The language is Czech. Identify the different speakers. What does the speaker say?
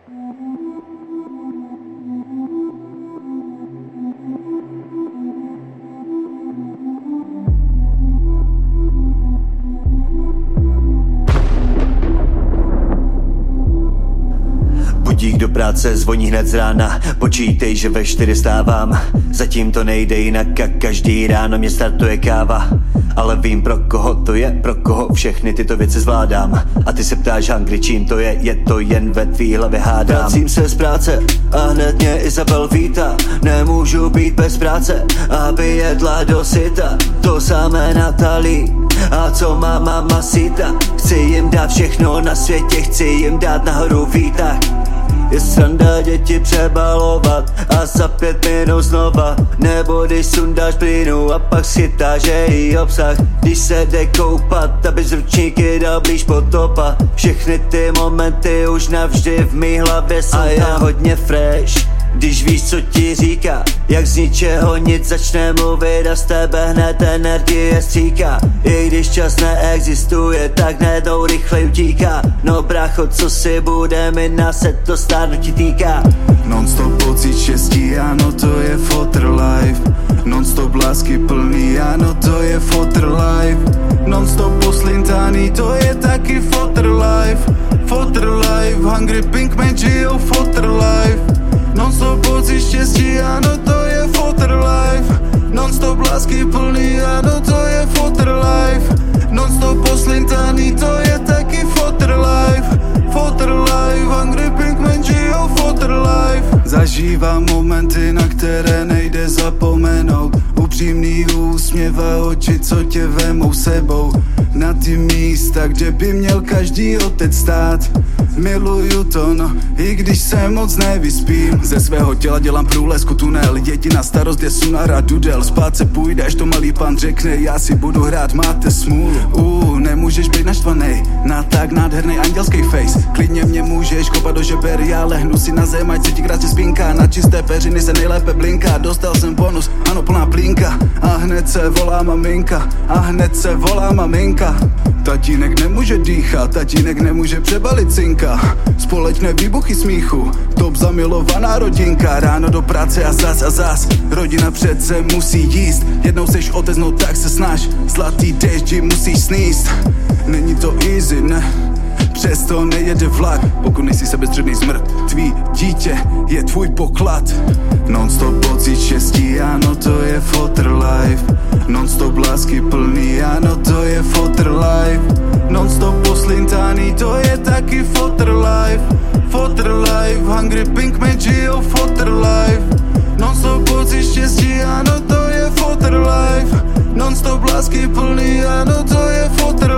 Speaker 1: Budík do práce zvoní hned z rána, počítej, že ve 4 stávám. Zatím to nejde jinak a každý ráno mě startuje káva. Ale vím pro koho to je, pro koho všechny tyto věci zvládám. A ty se ptáš Hungry, čím to je to jen ve tvý hlavě hádám. Vracím se z práce a hned mě Izabel vítá. Nemůžu být bez práce, aby jedla dosyta. To samé Natalí, a co má mama síta. Chci jim dát všechno na světě, chci jim dát nahoru výtah. Je sranda děti přebalovat a za 5 minut znova. Nebo když sundáš plynu a pak schytáš její obsah. Když se jde koupat, aby z ručníky dal blíž potopa. Všechny ty momenty už navždy v mý hlavě jsou a já hodně fresh. Když víš, co ti říká, jak z ničeho nic začne mluvit a z tebe hned energie stříká. I když čas neexistuje, tak najednou rychle utíká. No brácho, co si bude, mi nás se to stárnutí týká.
Speaker 2: Non-stop pocit štěstí, ano, to je Fotr life. Non-stop lásky plný, ano, to je Fotr life. Non-stop poslintaný, to je taky Fotr life. Fotr life, Hungry Pinkman žijou Fotr life. Non-stop pocit štěstí, ano, to je Fotr life. Non-stop lásky plný, ano, to je Fotr life. Non-stop poslintaný, to je taky Fotr life. Fotr life, Hungry Pinkman žijou Fotr life. Zažívám momenty, na které nejde zapomenout. Upřímný úsměv a oči, co tě vemou sebou. Na ty místa, kde by měl každý otec stát. Miluju to, no, i když se moc nevyspím. Ze svého těla dělám průlesku tunel. Jediná starost je sunar a dudel. Spát se půjdeš, to malý pan řekne. Já si budu hrát, máte smůlu. Nemůžeš být naštvanej na tak nádherný andělský face. Klidně mě můžeš kopat do žeber, já lehnu si na zem, ať se ti krásně spinká. Na čisté peřiny se nejlépe blinká. Dostal jsem bonus, ano, plná plínka. A hned se volá maminka. A hned se volá maminka. Tatínek nemůže dýchat, tatínek nemůže přebalit synka. Společné výbuchy smíchu, top zamilovaná rodinka. Ráno do práce a zas. Rodina přece musí jíst. Jednou seš otec, no tak se snaž. Zlatý déšti musíš sníst. Není to easy, ne, přesto nejede vlak. Pokud nejsi sebestředný zmrt, tvý dítě je tvůj poklad. Non-stop pocit štěstí, ano, to je Fotr life. Non-stop lásky plný, ano, to je Fotr life. Non-stop poslintaný, to je taky Fotr life. Fotr life, Hungry Pinkman žijou Fotr life. Non-stop pocit štěstí, ano, to je Fotr life. Non-stop lásky plný, ano, to je Fotr